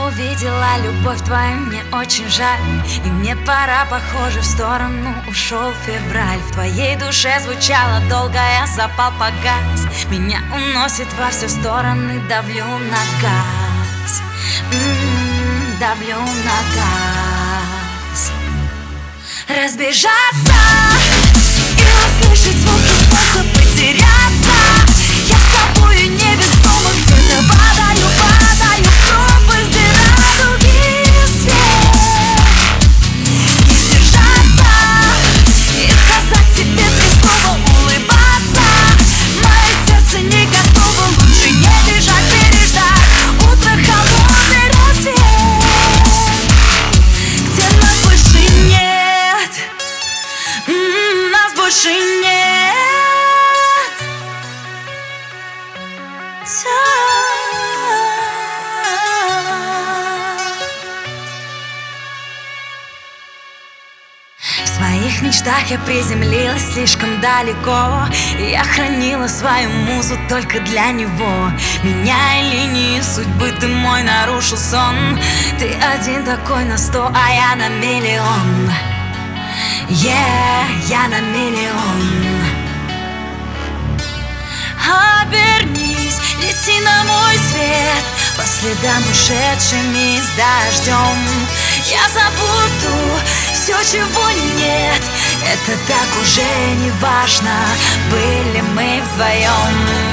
увидела любовь твою, мне очень жаль. И мне пора, похоже, в сторону ушел февраль. В твоей душе звучало долго, я запал погас. Меня уносит во все стороны, давлю на газ. Давлю на газ. Разбежаться и услышать звуки солнца, потеряться. Я с тобою невесомо где-то падаю, падаю в пропасть, где радуги свет. Не сдержаться и сказать тебе три слова, улыбаться. Мое сердце не готово, лучше не бежать, переждать утро, холодный рассвет, где нас больше нет, нас больше нет. В своих мечтах я приземлилась слишком далеко, и я хранила свою музу только для него. Меняя линии судьбы, ты мой нарушил сон. Ты один такой на 100, а я на миллион. Я на миллион. Обернись, лети на мой свет, по следам ушедшими с дождем. Я забуду все, чего нет, это так уже не важно, были мы вдвоем.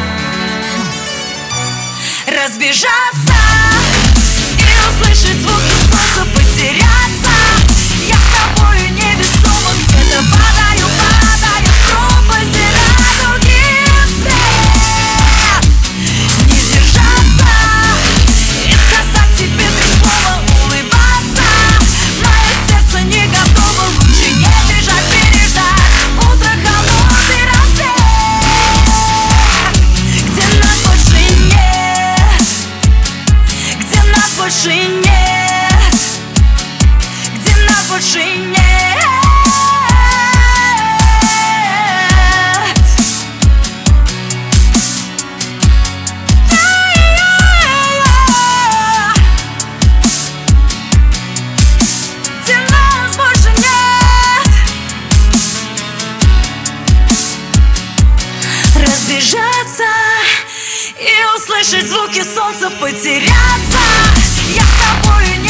Разбежаться и услышать звуки солнца, потеряться. Я с тобою невесомо где-то падаю, падаю в пропасть, где радуги свет. Не сдержаться и сказать тебе три слова, улыбаться. Мое сердце не готово, лучше не бежать, переждать утро, холодный рассвет, где нас больше нет, где нас больше нет, где нас больше нет. Разбежаться и услышать звуки солнца, потеряться. Я с тобою